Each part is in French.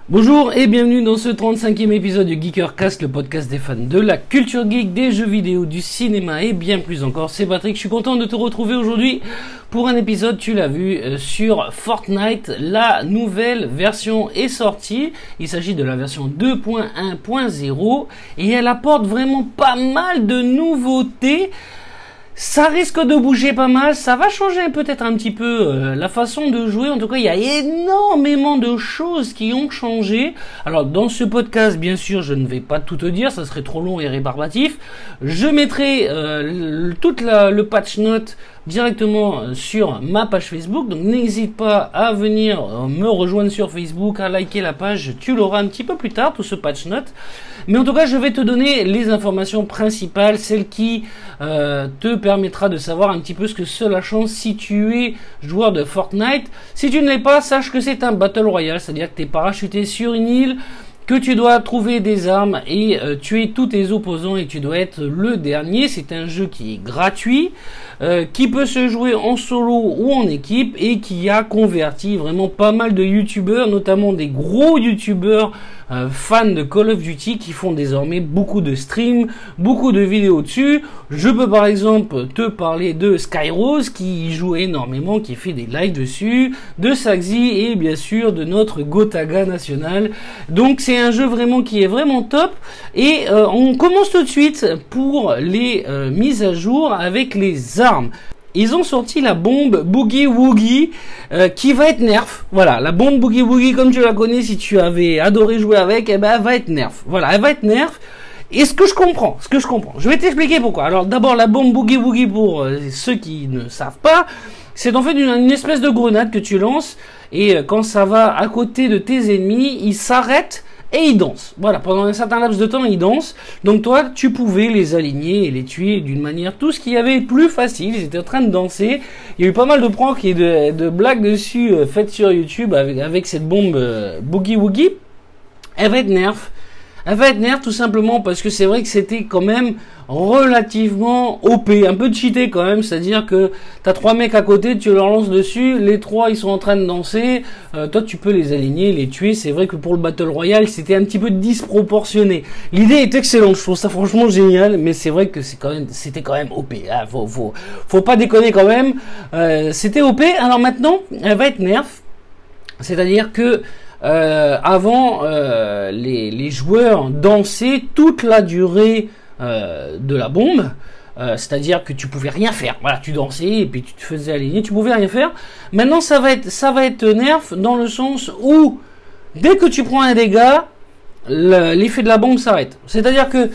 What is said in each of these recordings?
Bonjour et bienvenue dans ce 35e épisode du GeekerCast, le podcast des fans de la culture geek, des jeux vidéo, du cinéma et bien plus encore. C'est Patrick, je suis content de te retrouver aujourd'hui pour un épisode, tu l'as vu, sur Fortnite. La nouvelle version est sortie, il s'agit de la version 2.1.0 et elle apporte vraiment pas mal de nouveautés. Ça risque de bouger pas mal, ça va changer peut-être un petit peu la façon de jouer. En tout cas, il y a énormément de choses qui ont changé. Alors, dans ce podcast, bien sûr, je ne vais pas tout te dire, ça serait trop long et rébarbatif. Je mettrai le patch note directement sur ma page Facebook, donc n'hésite pas à venir me rejoindre sur Facebook, à liker la page, tu l'auras un petit peu plus tard, tout ce patch note. Mais en tout cas, je vais te donner les informations principales, celles qui te permettra de savoir un petit peu ce que cela change si tu es joueur de Fortnite. Si tu ne l'es pas, sache que c'est un Battle Royale, c'est-à-dire que tu es parachuté sur une île, que tu dois trouver des armes et tuer tous tes opposants et tu dois être le dernier. C'est un jeu qui est gratuit, qui peut se jouer en solo ou en équipe et qui a converti vraiment pas mal de youtubeurs, notamment des gros youtubeurs fans de Call of Duty qui font désormais beaucoup de streams, beaucoup de vidéos dessus. Je peux par exemple te parler de Skyrose qui y joue énormément, qui fait des lives dessus, de Saxi et bien sûr de notre Gotaga national. Donc c'est un jeu vraiment qui est vraiment top et on commence tout de suite pour les mises à jour avec les armes. Ils ont sorti la bombe Boogie Woogie qui va être nerf. Voilà, la bombe Boogie Woogie comme tu la connais, si tu avais adoré jouer avec, eh ben elle va être nerf. Voilà, elle va être nerf. Et ce que je comprends, je vais t'expliquer pourquoi. Alors d'abord la bombe Boogie Woogie pour ceux qui ne savent pas, c'est en fait une espèce de grenade que tu lances et quand ça va à côté de tes ennemis, ils s'arrêtent et ils dansent. Voilà, pendant un certain laps de temps, ils dansent. Donc toi, tu pouvais les aligner et les tuer d'une manière tout ce qu'il y avait de plus facile. Ils étaient en train de danser. Il y a eu pas mal de pranks et de blagues dessus faites sur YouTube avec cette bombe Boogie Woogie. Elle va être nerf. Elle va être nerf tout simplement parce que c'est vrai que c'était quand même relativement OP, un peu cheaté quand même, c'est-à-dire que t'as 3 mecs à côté, tu leur lances dessus, les 3 ils sont en train de danser, toi tu peux les aligner, les tuer. C'est vrai que pour le Battle Royale c'était un petit peu disproportionné. L'idée est excellente, je trouve ça franchement génial, mais c'est vrai que c'était quand même OP, hein, faut pas déconner quand même, c'était OP. Alors maintenant elle va être nerf, c'est-à-dire que avant les joueurs dansaient toute la durée de la bombe, c'est-à-dire que tu pouvais rien faire. Voilà, tu dansais et puis tu te faisais aligner, tu pouvais rien faire. Maintenant ça va être nerf dans le sens où dès que tu prends un dégât, l'effet de la bombe s'arrête. C'est-à-dire que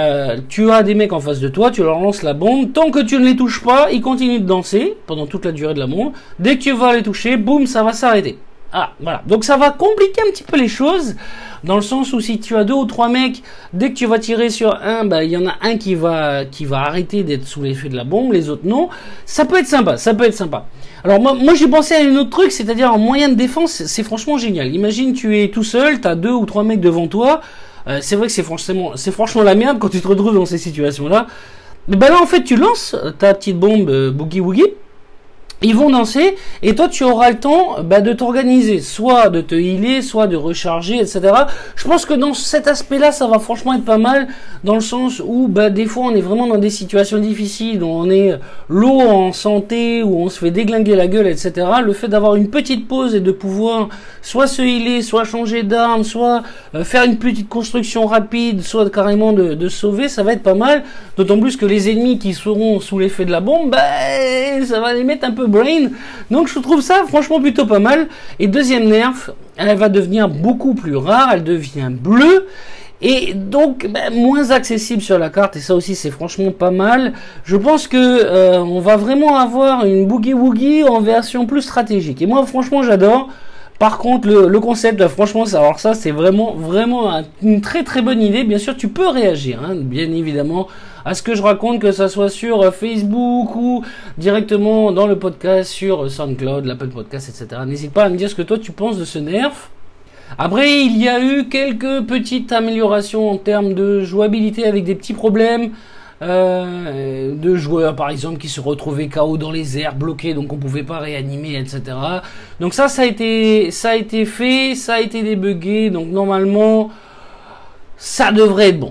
tu as des mecs en face de toi, tu leur lances la bombe, tant que tu ne les touches pas, ils continuent de danser pendant toute la durée de la bombe. Dès que tu vas les toucher, boum, ça va s'arrêter. Ah, voilà. Donc ça va compliquer un petit peu les choses, dans le sens où si tu as 2 ou 3 mecs, dès que tu vas tirer sur un, bah il y en a un qui va arrêter d'être sous l'effet de la bombe, les autres non. Ça peut être sympa. Alors moi j'ai pensé à un autre truc, c'est-à-dire en moyen de défense, c'est franchement génial. Imagine tu es tout seul, tu as 2 ou 3 mecs devant toi. C'est vrai que c'est franchement la merde quand tu te retrouves dans ces situations-là. Mais ben là en fait tu lances ta petite bombe Boogie Woogie. Ils vont danser et toi tu auras le temps de t'organiser, soit de te healer, soit de recharger, etc. Je pense que dans cet aspect-là, ça va franchement être pas mal, dans le sens où des fois on est vraiment dans des situations difficiles, où on est low en santé, où on se fait déglinguer la gueule, etc. Le fait d'avoir une petite pause et de pouvoir soit se healer, soit changer d'arme, soit faire une petite construction rapide, soit carrément de sauver, ça va être pas mal. D'autant plus que les ennemis qui seront sous l'effet de la bombe, ça va les mettre un peu brain. Donc je trouve ça franchement plutôt pas mal. Et deuxième nerf, elle va devenir beaucoup plus rare, elle devient bleue et donc moins accessible sur la carte, et ça aussi c'est franchement pas mal. Je pense que on va vraiment avoir une Boogie Woogie en version plus stratégique, et moi franchement j'adore. Par contre, le concept, franchement, alors ça, c'est vraiment une très très bonne idée. Bien sûr, tu peux réagir, hein, bien évidemment, à ce que je raconte, que ça soit sur Facebook ou directement dans le podcast sur SoundCloud, l'Apple Podcast, etc. N'hésite pas à me dire ce que toi tu penses de ce nerf. Après, il y a eu quelques petites améliorations en termes de jouabilité avec des petits problèmes. de joueurs par exemple qui se retrouvaient KO dans les airs, bloqués, donc on pouvait pas réanimer, etc. Donc ça a été fait, ça a été débugué, donc normalement ça devrait être bon,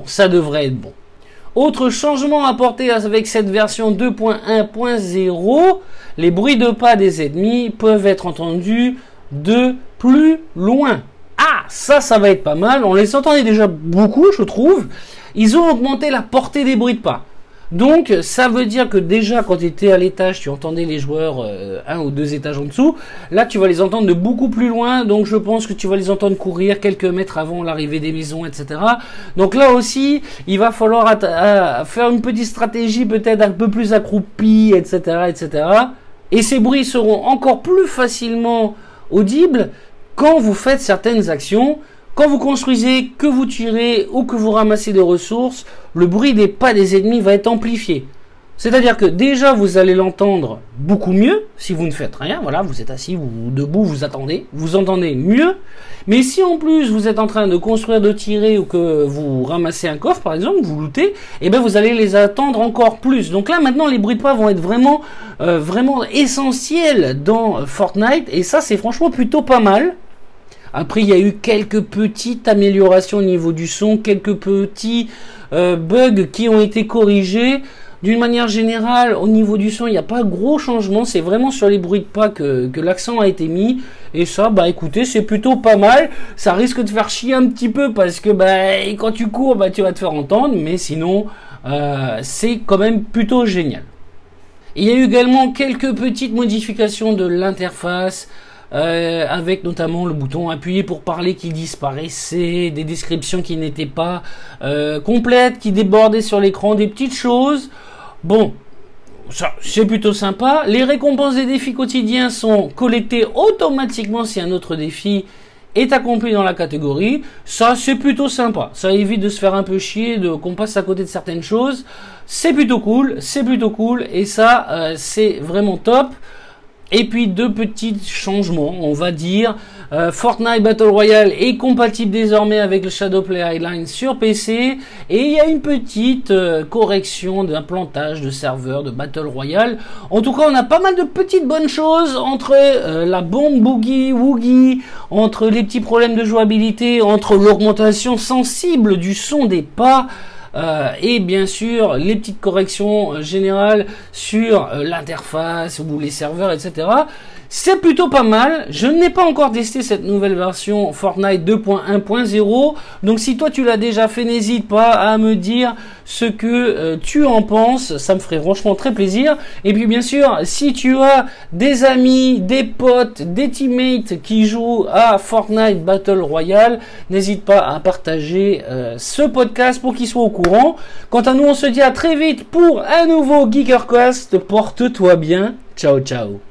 Autre changement apporté avec cette version 2.1.0, les bruits de pas des ennemis peuvent être entendus de plus loin. Ah, ça va être pas mal. On les entendait déjà beaucoup, je trouve. Ils ont augmenté la portée des bruits de pas. Donc, ça veut dire que déjà, quand tu étais à l'étage, tu entendais les joueurs 1 ou 2 étages en dessous. Là, tu vas les entendre de beaucoup plus loin. Donc, je pense que tu vas les entendre courir quelques mètres avant l'arrivée des maisons, etc. Donc là aussi, il va falloir faire une petite stratégie peut-être un peu plus accroupie, etc., etc. Et ces bruits seront encore plus facilement audibles quand vous faites certaines actions. Quand vous construisez, que vous tirez ou que vous ramassez des ressources, le bruit des pas des ennemis va être amplifié. C'est-à-dire que déjà vous allez l'entendre beaucoup mieux si vous ne faites rien. Voilà, vous êtes assis, vous debout, vous attendez, vous entendez mieux. Mais si en plus vous êtes en train de construire, de tirer ou que vous ramassez un coffre par exemple, vous lootez, eh ben vous allez les attendre encore plus. Donc là maintenant les bruits de pas vont être vraiment essentiels dans Fortnite et ça c'est franchement plutôt pas mal. Après, il y a eu quelques petites améliorations au niveau du son, quelques petits bugs qui ont été corrigés. D'une manière générale, au niveau du son, il n'y a pas gros changement. C'est vraiment sur les bruits de pas que l'accent a été mis. Et ça, écoutez, c'est plutôt pas mal. Ça risque de faire chier un petit peu parce que quand tu cours, tu vas te faire entendre. Mais sinon, c'est quand même plutôt génial. Il y a eu également quelques petites modifications de l'interface. Avec notamment le bouton appuyer pour parler qui disparaissait, des descriptions qui n'étaient pas complètes, qui débordaient sur l'écran, des petites choses. Bon, ça c'est plutôt sympa. Les récompenses des défis quotidiens sont collectées automatiquement si un autre défi est accompli dans la catégorie. Ça c'est plutôt sympa. Ça évite de se faire un peu chier, qu'on passe à côté de certaines choses. C'est plutôt cool, et ça c'est vraiment top. Et puis 2 petits changements, on va dire. Fortnite Battle Royale est compatible désormais avec le Shadowplay Highline sur PC. Et il y a une petite correction d'implantage de serveurs de Battle Royale. En tout cas, on a pas mal de petites bonnes choses entre la bombe Boogie Woogie, entre les petits problèmes de jouabilité, entre l'augmentation sensible du son des pas. Et bien sûr les petites corrections générales sur l'interface ou les serveurs, etc. C'est plutôt pas mal. Je n'ai pas encore testé cette nouvelle version Fortnite 2.1.0. Donc si toi tu l'as déjà fait, n'hésite pas à me dire ce que tu en penses. Ça me ferait franchement très plaisir. Et puis bien sûr, si tu as des amis, des potes, des teammates qui jouent à Fortnite Battle Royale, n'hésite pas à partager ce podcast pour qu'ils soient au courant. Quant à nous, on se dit à très vite pour un nouveau GeekerCast. Porte-toi bien. Ciao, ciao.